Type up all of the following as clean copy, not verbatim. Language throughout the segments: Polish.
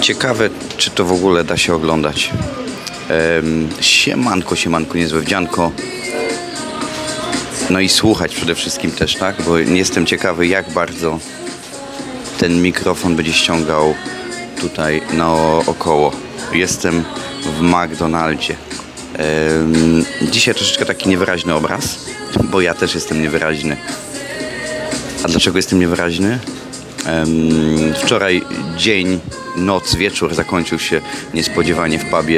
Ciekawe, czy to w ogóle da się oglądać. Siemanko, niezłe wdzianko. No i słuchać przede wszystkim też, tak? Bo jestem ciekawy, jak bardzo ten mikrofon będzie ściągał tutaj naokoło. Jestem w McDonaldzie. Dzisiaj troszeczkę taki niewyraźny obraz, bo ja też jestem niewyraźny. A dlaczego jestem niewyraźny? Wczoraj dzień, noc, wieczór zakończył się niespodziewanie w pubie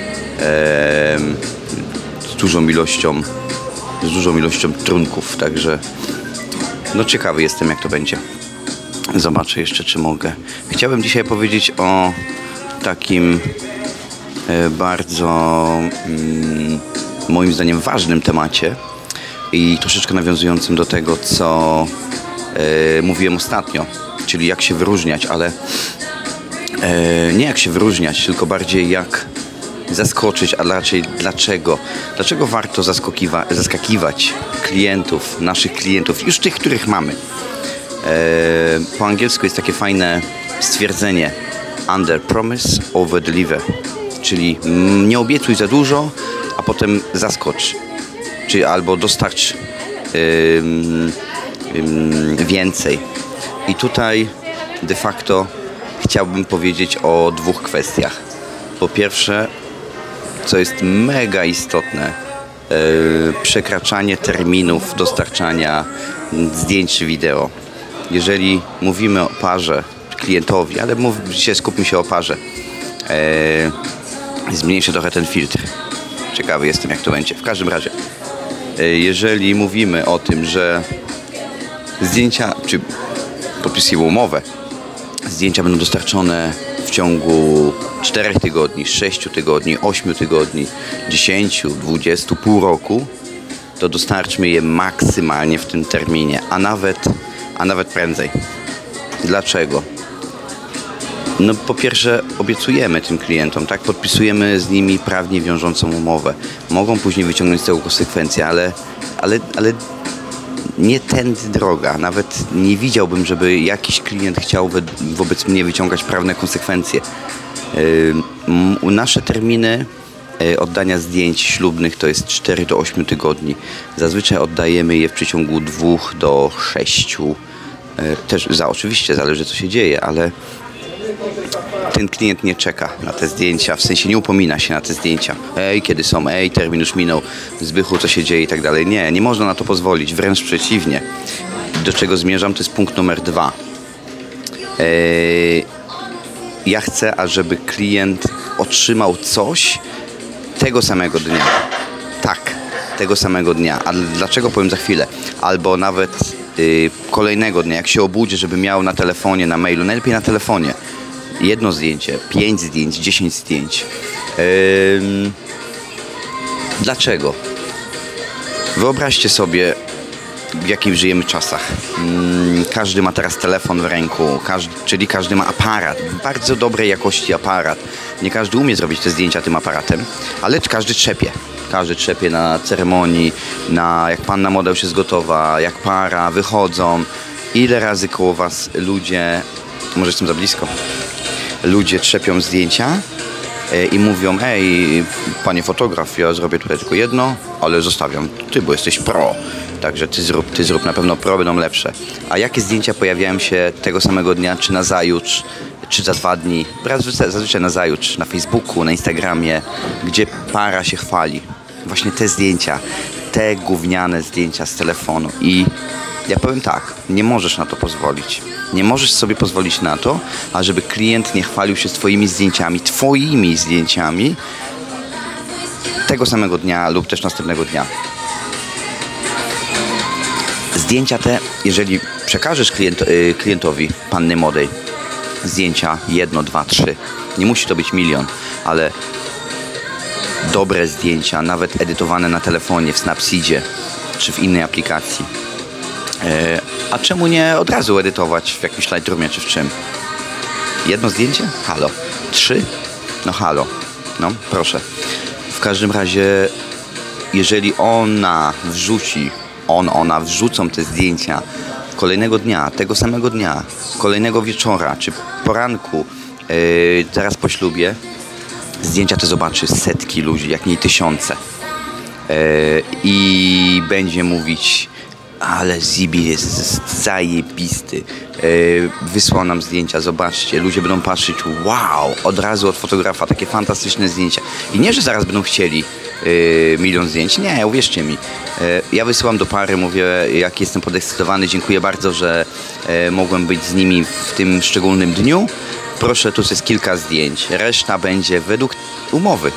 z dużą ilością trunków, także no ciekawy jestem, jak to będzie. Zobaczę jeszcze, czy mogę. Chciałem dzisiaj powiedzieć o takim bardzo moim zdaniem ważnym temacie i troszeczkę nawiązującym do tego, co mówiłem ostatnio, czyli jak się wyróżniać, ale nie jak się wyróżniać, tylko bardziej jak zaskoczyć, a raczej dlaczego. Dlaczego warto zaskakiwać klientów, naszych klientów, już tych, których mamy. Po angielsku jest takie fajne stwierdzenie under promise, over deliver, czyli nie obiecuj za dużo, a potem zaskocz, czyli albo dostarcz więcej. I tutaj de facto chciałbym powiedzieć o dwóch kwestiach. Po pierwsze, co jest mega istotne, przekraczanie terminów dostarczania zdjęć czy wideo. Jeżeli mówimy o parze, klientowi, ale dzisiaj skupmy się o parze, zmniejszę trochę ten filtr. Ciekawy jestem, jak to będzie. W każdym razie, jeżeli mówimy o tym, że zdjęcia, czy podpisujemy umowę, zdjęcia będą dostarczone w ciągu 4 tygodni, 6 tygodni, 8 tygodni, 10, 20, pół roku, to dostarczmy je maksymalnie w tym terminie, a nawet prędzej. Dlaczego? No po pierwsze obiecujemy tym klientom, tak? Podpisujemy z nimi prawnie wiążącą umowę. Mogą później wyciągnąć z tego konsekwencje, ale nie tędy droga. Nawet nie widziałbym, żeby jakiś klient chciał wobec mnie wyciągać prawne konsekwencje. Nasze terminy oddania zdjęć ślubnych to jest 4 do 8 tygodni. Zazwyczaj oddajemy je w przeciągu 2 do 6. Też oczywiście zależy, co się dzieje, ale ten klient nie czeka na te zdjęcia, w sensie nie upomina się na te zdjęcia. Kiedy są? Termin już minął, Zbychu, co się dzieje i tak dalej. Nie można na to pozwolić, wręcz przeciwnie. Do czego zmierzam, to jest punkt numer 2. Ja chcę, ażeby klient otrzymał coś tego samego dnia. Tak, tego samego dnia. A dlaczego, powiem za chwilę. Albo nawet kolejnego dnia, jak się obudzi, żeby miał na telefonie, na mailu, najlepiej na telefonie. 1 zdjęcie, 5 zdjęć, 10 zdjęć. Dlaczego? Wyobraźcie sobie, w jakich żyjemy czasach. Każdy ma teraz telefon w ręku, czyli każdy ma aparat, bardzo dobrej jakości aparat. Nie każdy umie zrobić te zdjęcia tym aparatem, ale każdy trzepie. Każdy trzepie na ceremonii, jak panna model się zgotowa, jak para, wychodzą. Ile razy koło was ludzie, może jestem za blisko, ludzie trzepią zdjęcia i mówią: panie fotograf, ja zrobię tutaj tylko jedno, ale zostawiam ty, bo jesteś pro. Także ty zrób, na pewno pro będą lepsze. A jakie zdjęcia pojawiają się tego samego dnia, czy nazajutrz, czy za 2 dni? Zazwyczaj nazajutrz, na Facebooku, na Instagramie, gdzie para się chwali. Właśnie te zdjęcia, te gówniane zdjęcia z telefonu. I ja powiem tak, nie możesz na to pozwolić. Nie możesz sobie pozwolić na to, ażeby klient nie chwalił się twoimi zdjęciami tego samego dnia lub też następnego dnia. Zdjęcia te, jeżeli przekażesz klientowi, panny młodej, zdjęcia 1, 2, 3, nie musi to być 1 000 000, ale dobre zdjęcia, nawet edytowane na telefonie, w Snapseedzie czy w innej aplikacji. A czemu nie od razu edytować w jakimś Lightroomie czy w czym? 1 zdjęcie? Halo. 3? No halo. No proszę. W każdym razie, jeżeli ona wrzucą te zdjęcia kolejnego dnia, tego samego dnia, kolejnego wieczora czy poranku, zaraz po ślubie. Zdjęcia te zobaczy setki ludzi, jak nie tysiące. I będzie mówić, ale Zibi jest zajebisty. Wysłał nam zdjęcia, zobaczcie. Ludzie będą patrzeć, wow, od razu od fotografa, takie fantastyczne zdjęcia. I nie, że zaraz będą chcieli 1 000 000 zdjęć. Nie, uwierzcie mi. Ja wysyłam do pary, mówię, jak jestem podekscytowany, dziękuję bardzo, że mogłem być z nimi w tym szczególnym dniu. Proszę, tu jest kilka zdjęć. Reszta będzie według umowy.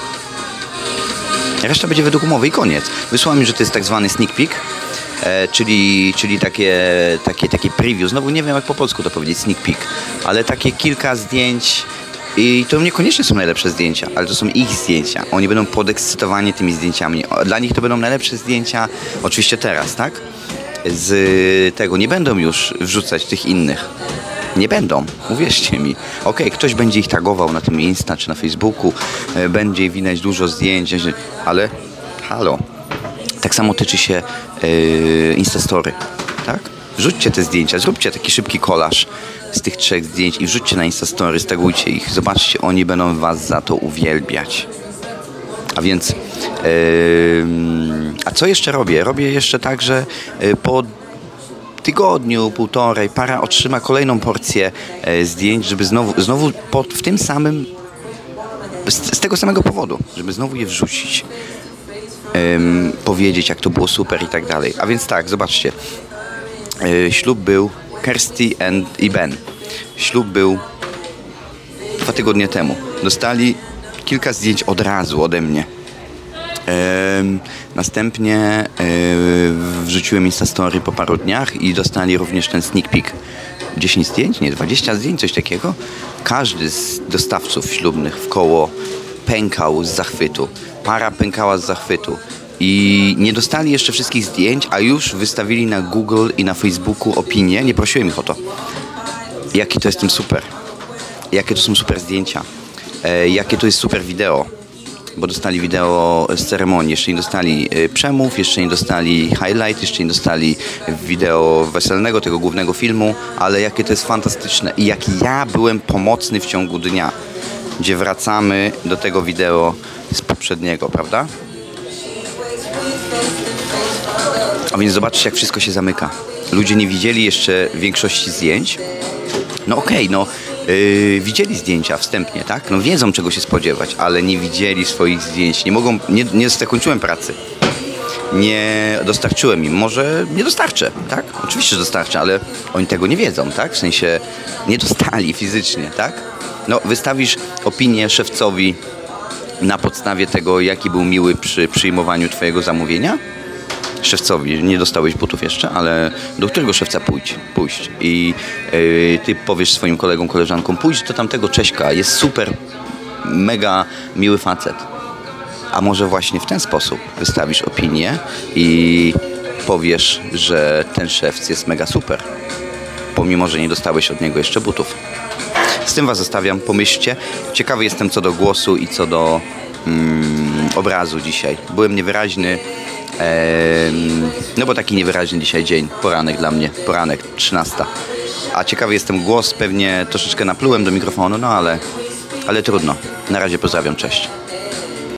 Reszta będzie według umowy i koniec. Wysłałem mi, że to jest tak zwany sneak peek, czyli takie preview. Znowu nie wiem, jak po polsku to powiedzieć, sneak peek, ale takie kilka zdjęć. I to niekoniecznie są najlepsze zdjęcia, ale to są ich zdjęcia. Oni będą podekscytowani tymi zdjęciami. Dla nich to będą najlepsze zdjęcia, oczywiście teraz, tak? Z tego nie będą już wrzucać tych innych. Nie będą, uwierzcie mi. Okej, ktoś będzie ich tagował na tym Insta czy na Facebooku, będzie widać dużo zdjęć, ale halo. Tak samo tyczy się Instastory, tak? Wrzućcie te zdjęcia, zróbcie taki szybki kolaż z tych 3 zdjęć i wrzućcie na Instastory, stagujcie ich. Zobaczcie, oni będą was za to uwielbiać. A więc, a co jeszcze robię? Robię jeszcze tak, że po tygodniu, półtorej, para otrzyma kolejną porcję zdjęć, żeby znowu w tym samym, z tego samego powodu, żeby znowu je wrzucić. Powiedzieć, jak to było super i tak dalej. A więc tak, zobaczcie. Ślub był Kirsty i Ben. Ślub był 2 tygodnie temu. Dostali kilka zdjęć od razu ode mnie. Następnie wrzuciłem Instastory po paru dniach i dostali również ten sneak peek. 10 zdjęć? Nie, 20 zdjęć, coś takiego. Każdy z dostawców ślubnych w koło pękał z zachwytu. Para pękała z zachwytu. I nie dostali jeszcze wszystkich zdjęć, a już wystawili na Google i na Facebooku opinie. Nie prosiłem ich o to. Jakie to jest tym super. Jakie to są super zdjęcia. Jakie to jest super wideo. Bo dostali wideo z ceremonii, jeszcze nie dostali przemów, jeszcze nie dostali highlight, jeszcze nie dostali wideo weselnego, tego głównego filmu, ale jakie to jest fantastyczne i jak ja byłem pomocny w ciągu dnia, gdzie wracamy do tego wideo z poprzedniego, prawda? A więc zobaczcie, jak wszystko się zamyka. Ludzie nie widzieli jeszcze większości zdjęć. No okej, widzieli zdjęcia wstępnie, tak? No wiedzą, czego się spodziewać, ale nie widzieli swoich zdjęć. Nie zakończyłem pracy. Nie dostarczyłem im. Może nie dostarczę, tak? Oczywiście, że dostarczę, ale oni tego nie wiedzą, tak? W sensie nie dostali fizycznie, tak? No, wystawisz opinię szewcowi na podstawie tego, jaki był miły przy przyjmowaniu twojego zamówienia? Szewcowi, nie dostałeś butów jeszcze, ale do którego szewca pójść i ty powiesz swoim kolegom, koleżankom, pójdź do tamtego Cześka, jest super, mega miły facet. A może właśnie w ten sposób wystawisz opinię i powiesz, że ten szewc jest mega super, pomimo, że nie dostałeś od niego jeszcze butów. Z tym was zostawiam, pomyślcie. Ciekawy jestem co do głosu i co do obrazu dzisiaj. Byłem niewyraźny, no bo taki niewyraźny dzisiaj dzień, poranek dla mnie, poranek 13. A ciekawy jestem głos, pewnie troszeczkę naplułem do mikrofonu, no ale trudno. Na razie pozdrawiam, cześć.